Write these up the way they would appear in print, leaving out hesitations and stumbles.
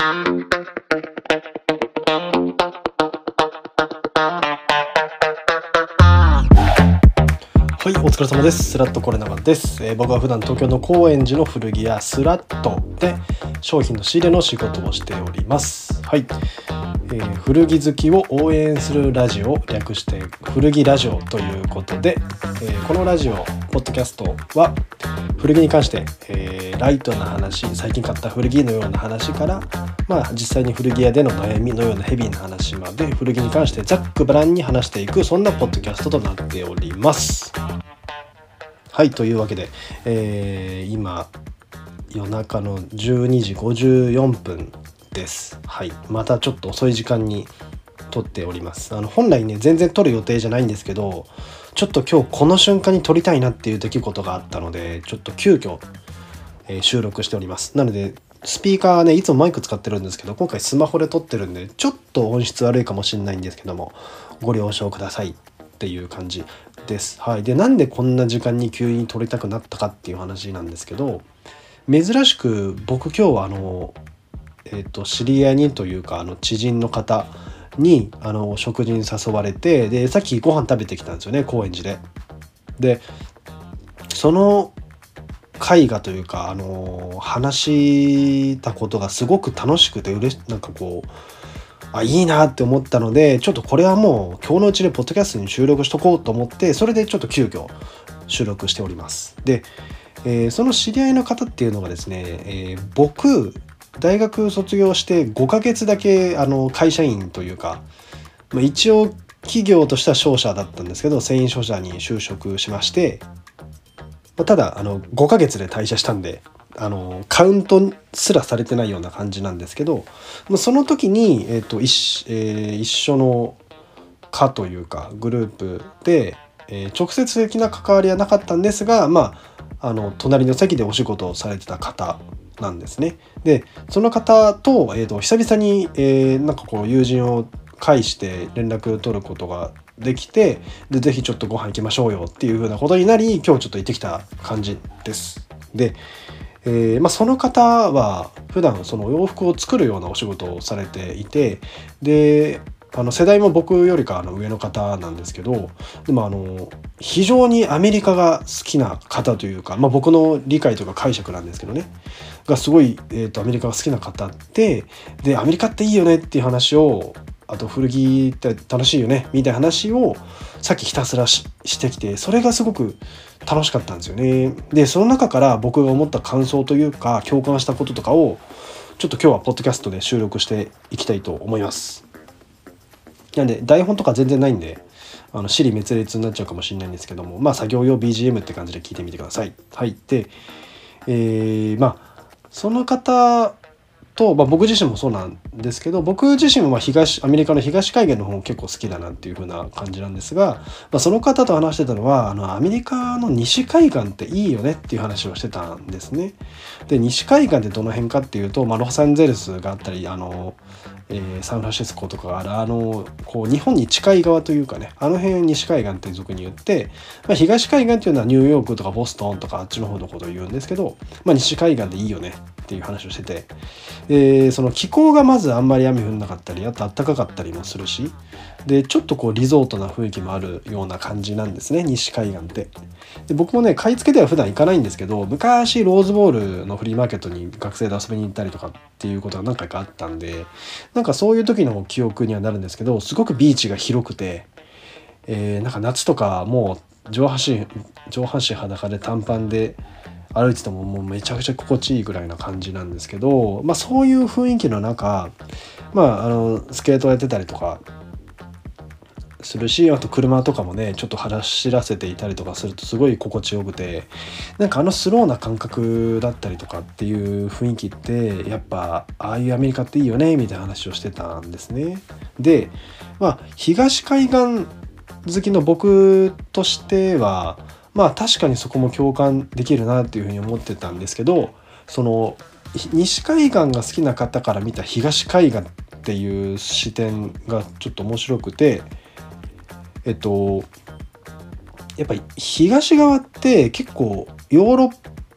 はい、お疲れ様です。スラットコレナガです。僕は普段東京の高円寺の古着屋スラットで商品の仕入れの仕事をしております。はい、古着好きを応援するラジオ、略して古着ラジオということで、このラジオポッドキャストは古着に関して、ライトな話、最近買った古着のような話から、実際に古着屋での悩みのようなヘビーな話まで、古着に関してざっくばらんに話していく、そんなポッドキャストとなっております。はい、というわけで、今夜中の12時54分です。はい、またちょっと遅い時間に撮っております。本来ね、全然撮る予定じゃないんですけど、ちょっと今日この瞬間に撮りたいなっていう出来事があったので、ちょっと急遽、収録しております。なのでスピーカーね、いつもマイク使ってるんですけど、今回スマホで撮ってるんでちょっと音質悪いかもしれないんですけども、ご了承くださいっていう感じです。はい、でなんでこんな時間に急に撮りたくなったかっていう話なんですけど、珍しく僕今日は知り合いにというか知人の方に食事に誘われて、でさっきご飯食べてきたんですよね、高円寺で。でその会がというか話したことがすごく楽しくて、なんかこういいなって思ったので、ちょっとこれはもう今日のうちでポッドキャストに収録しとこうと思って、それでちょっと急遽収録しております。で、その知り合いの方っていうのがですね、僕大学卒業して5ヶ月だけ会社員というか、一応企業としては商社だったんですけど、繊維商社に就職しまして、ただ5ヶ月で退社したんでカウントすらされてないような感じなんですけど、その時に、一緒の課というかグループで、直接的な関わりはなかったんですが、隣の席でお仕事をされてた方なんですね。でその方と、久々に、なんかこう友人を介して連絡を取ることができて、でぜひちょっとご飯行きましょうよっていう風なことになり、今日ちょっと行ってきた感じです。で、その方は普段そのお洋服を作るようなお仕事をされていて、で世代も僕よりか上の方なんですけど、でも非常にアメリカが好きな方というか、僕の理解とか解釈なんですけどね、がすごい、アメリカが好きな方で、アメリカっていいよねっていう話を、あと古着って楽しいよねみたいな話をさっきひたすらしてきて、それがすごく楽しかったんですよね。でその中から僕が思った感想というか共感したこととかをちょっと今日はポッドキャストで収録していきたいと思います。なんで台本とか全然ないんで支離滅裂になっちゃうかもしれないんですけども、作業用 BGM って感じで聞いてみてください。はい。で、その方と、僕自身もそうなんですけど、僕自身もアメリカの東海岸の方結構好きだなっていう風な感じなんですが、その方と話してたのはアメリカの西海岸っていいよねっていう話をしてたんですね。で西海岸ってどの辺かっていうと、ロサンゼルスがあったりサンフランシスコとかがあるこう日本に近い側というかね、辺西海岸って俗に言って、東海岸っていうのはニューヨークとかボストンとかあっちの方のことを言うんですけど、西海岸でいいよねっていう話をしてて、その気候がまずあんまり雨降んなかったり、あと暖かかったりもするし、でちょっとこうリゾートな雰囲気もあるような感じなんですね、西海岸って。で僕もね、買い付けでは普段行かないんですけど、昔ローズボールのフリーマーケットに学生で遊びに行ったりとかっていうことが何回かあったんで、なんかそういう時の記憶にはなるんですけど、すごくビーチが広くて、なんか夏とかもう上半身裸で短パンで歩いててももうめちゃくちゃ心地いいぐらいな感じなんですけど、そういう雰囲気の中、スケートをやってたりとかするし、あと車とかもねちょっと走らせていたりとかするとすごい心地よくて、なんかスローな感覚だったりとかっていう雰囲気ってやっぱああいうアメリカっていいよねみたいな話をしてたんですね。で東海岸好きの僕としては確かにそこも共感できるなっていうふうに思ってたんですけど、その西海岸が好きな方から見た東海岸っていう視点がちょっと面白くて、やっぱり東側って結構ヨーロッ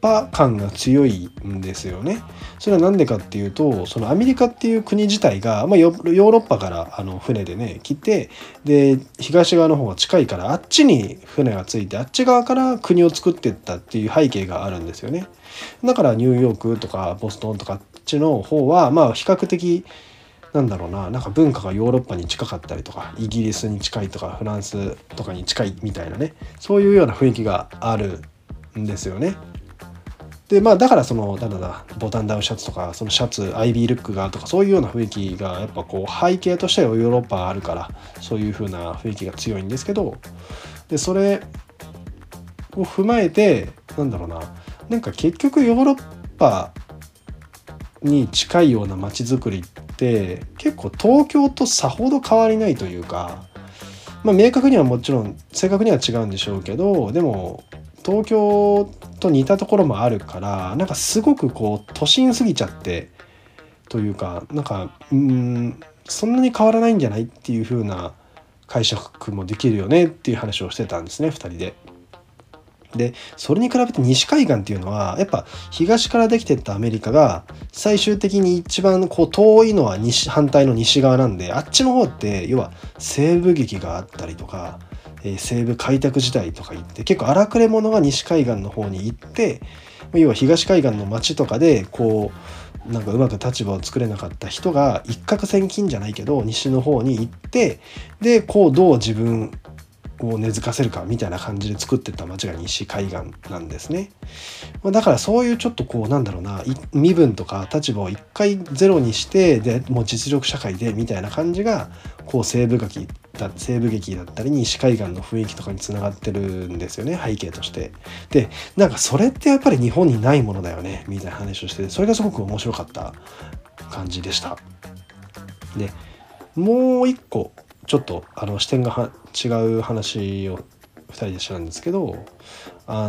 パ感が強いんですよね。それは何でかっていうと、そのアメリカっていう国自体が、ヨーロッパから船でね来て、で東側の方が近いからあっちに船がついて、あっち側から国を作っていったっていう背景があるんですよね。だからニューヨークとかボストンとかあっちの方は比較的なんか文化がヨーロッパに近かったりとか、イギリスに近いとかフランスとかに近いみたいなね、そういうような雰囲気があるんですよね。でだからボタンダウンシャツとか、そのシャツアイビールックがとか、そういうような雰囲気がやっぱ背景としてはヨーロッパがあるから、そういう風な雰囲気が強いんですけど、でそれを踏まえてなんか結局ヨーロッパに近いような街づくりって結構東京とさほど変わりないというか、明確にはもちろん正確には違うんでしょうけど、でも東京と似たところもあるから、なんかすごく都心すぎちゃってというか、そんなに変わらないんじゃないっていう風な解釈もできるよねっていう話をしてたんですね、2人で。でそれに比べて西海岸っていうのはやっぱ東からできてったアメリカが最終的に一番遠いのは反対の西側なんで、あっちの方って要は西部劇があったりとか、西部開拓時代とか言って結構荒くれ者が西海岸の方に行って、要は東海岸の町とかでなんかうまく立場を作れなかった人が一攫千金じゃないけど西の方に行って、でどう自分を根付かせるかみたいな感じで作ってった町が西海岸なんですね。だからそういうちょっと身分とか立場を一回ゼロにして、でもう実力社会でみたいな感じが西部劇だったり西海岸の雰囲気とかにつながってるんですよね、背景として。でなんかそれってやっぱり日本にないものだよねみたいな話をして、それがすごく面白かった感じでした。でもう一個ちょっと視点が違う話を2人でしたんですけど、ア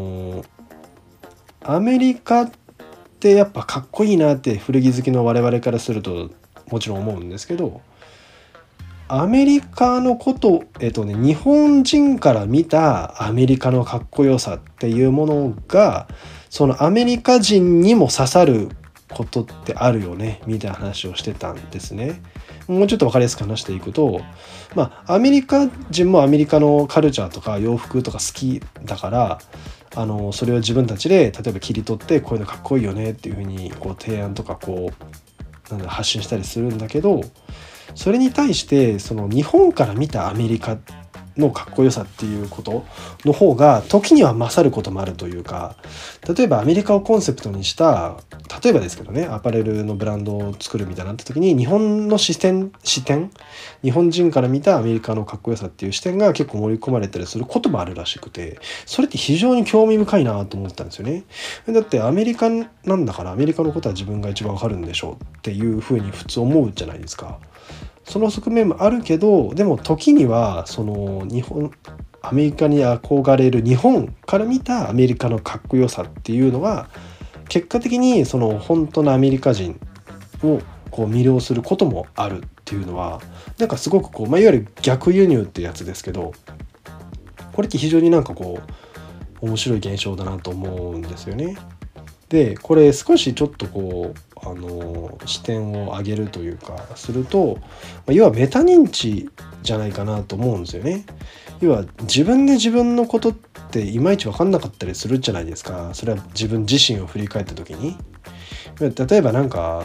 メリカってやっぱかっこいいなって古着好きの我々からするともちろん思うんですけど、アメリカのこと日本人から見たアメリカのかっこよさっていうものがそのアメリカ人にも刺さることってあるよねみたいな話をしてたんですね。もうちょっと分かりやすく話していくと、アメリカ人もアメリカのカルチャーとか洋服とか好きだから、それを自分たちで例えば切り取ってこういうのかっこいいよねっていうふうに提案とか発信したりするんだけど、それに対してその日本から見たアメリカのかっこよさっていうことの方が時には勝ることもあるというか、例えばアメリカをコンセプトにした例えばですけどね、アパレルのブランドを作るみたいになった時に日本の視点日本人から見たアメリカのかっこよさっていう視点が結構盛り込まれたりすることもあるらしくて、それって非常に興味深いなと思ったんですよね。だってアメリカなんだからアメリカのことは自分が一番わかるんでしょうっていうふうに普通思うじゃないですか。その側面もあるけど、でも時にはそのアメリカに憧れる日本から見たアメリカのかっこよさっていうのが結果的にその本当のアメリカ人を魅了することもあるっていうのは、なんかすごくいわゆる逆輸入ってやつですけど、これって非常に面白い現象だなと思うんですよね。でこれ少しちょっと視点を上げるというかすると、要はメタ認知じゃないかなと思うんですよね。要は自分で自分のことっていまいち分かんなかったりするじゃないですか。それは自分自身を振り返った時に、例えば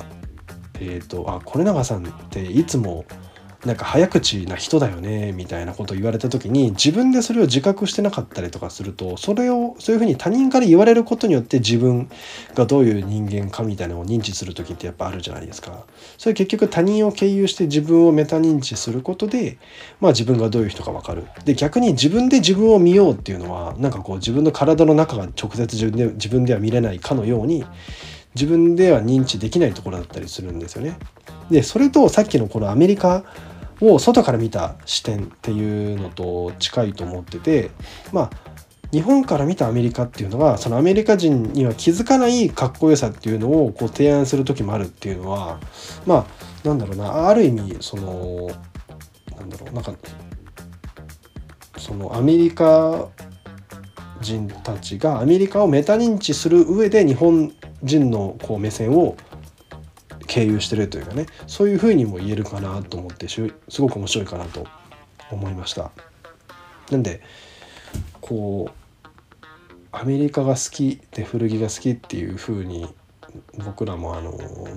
是永さんっていつも早口な人だよねみたいなことを言われた時に、自分でそれを自覚してなかったりとかすると、そういうふうに他人から言われることによって自分がどういう人間かみたいなのを認知する時ってやっぱあるじゃないですか。それ結局他人を経由して自分をメタ認知することで、自分がどういう人か分かる。で逆に自分で自分を見ようっていうのは自分の体の中が直接自分では見れないかのように、自分では認知できないところだったりするんですよね。でそれとさっきのこのアメリカを外から見た視点っていうのと近いと思ってて、日本から見たアメリカっていうのがそのアメリカ人には気づかないかっこよさっていうのを提案する時もあるっていうのは、ある意味そのアメリカ人たちがアメリカをメタ認知する上で日本人のこう目線を経由してるというかね、そういうふうにも言えるかなと思ってすごく面白いかなと思いました。なんでこうアメリカが好きで古着が好きっていうふうに僕らも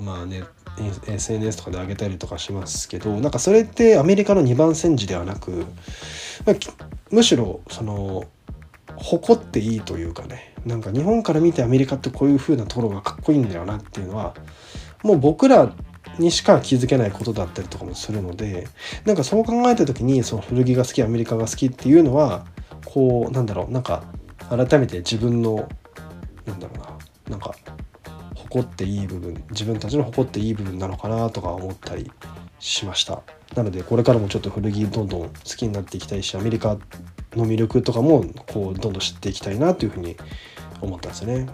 SNS とかで上げたりとかしますけど、なんかそれってアメリカの二番煎じではなく、むしろその誇っていいというかね、なんか日本から見てアメリカってこういう風なところがかっこいいんだよなっていうのはもう僕らにしか気づけないことだったりとかもするので、なんかそう考えた時にその古着が好きアメリカが好きっていうのはこうなんか改めて自分のなんか誇っていい部分、自分たちの誇っていい部分なのかなとか思ったりしました。なのでこれからもちょっと古着どんどん好きになっていきたいし、アメリカの魅力とかもこうどんどん知っていきたいなというふうに思ったんですよね。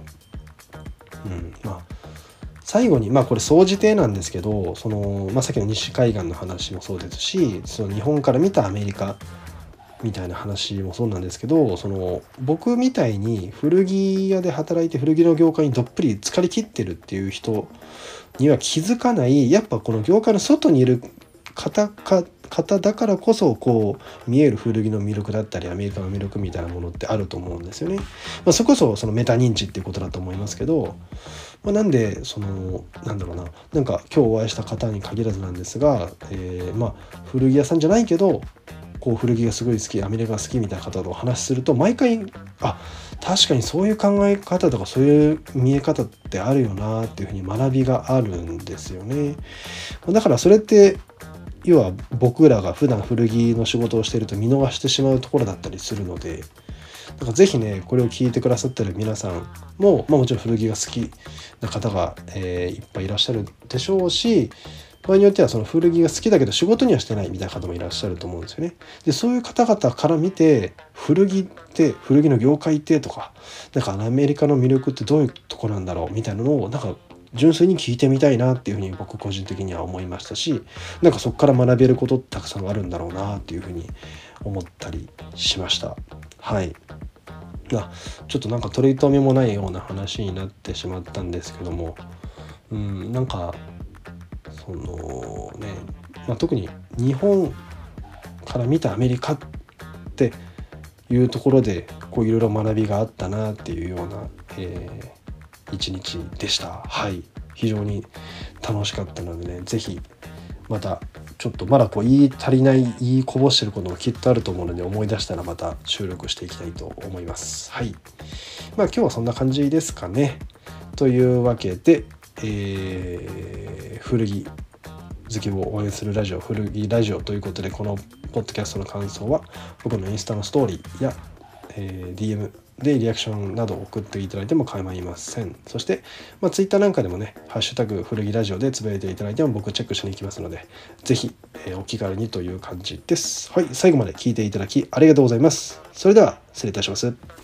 最後にこれ総じてなんですけど、さっきの西海岸の話もそうですし、その日本から見たアメリカみたいな話もそうなんですけど、僕みたいに古着屋で働いて古着の業界にどっぷり浸かりきってるっていう人には気づかない、やっぱこの業界の外にいる方だからこそこう見える古着の魅力だったりアメリカの魅力みたいなものってあると思うんですよね。それこそそのメタ認知っていうことだと思いますけど、なんでなんか今日お会いした方に限らずなんですが、古着屋さんじゃないけどこう古着がすごい好き、アメリカが好きみたいな方とお話しすると毎回確かにそういう考え方とかそういう見え方ってあるよなっていうふうに学びがあるんですよね。だからそれって要は僕らが普段古着の仕事をしていると見逃してしまうところだったりするので、だからぜひねこれを聞いてくださってる皆さんも、もちろん古着が好きな方が、いっぱいいらっしゃるでしょうし、場合によってはその古着が好きだけど仕事にはしてないみたいな方もいらっしゃると思うんですよね。でそういう方々から見て古着の業界ってとか、なんかアメリカの魅力ってどういうとこなんだろうみたいなのをなんか純粋に聞いてみたいなっていうふうに僕個人的には思いましたし、なんかそこから学べることたくさんあるんだろうなっていうふうに思ったりしました。はい。ちょっとなんか取り留めもないような話になってしまったんですけども、なんか特に日本から見たアメリカっていうところでこういろいろ学びがあったなっていうような、一日でした。はい、非常に楽しかったのでね、ぜひまたちょっとまだこう言い足りない言いこぼしてることもきっとあると思うので、思い出したらまた収録していきたいと思います。はい、今日はそんな感じですかね。というわけで、古着好きを応援するラジオ、古着ラジオということで、このポッドキャストの感想は僕のインスタのストーリーや、DM でリアクションなどを送っていただいても構いません。そして、ツイッターなんかでもね、ハッシュタグ古着ラジオでつぶやいていただいても僕チェックしに行きますので、ぜひ、お気軽にという感じです。はい、最後まで聞いていただきありがとうございます。それでは失礼いたします。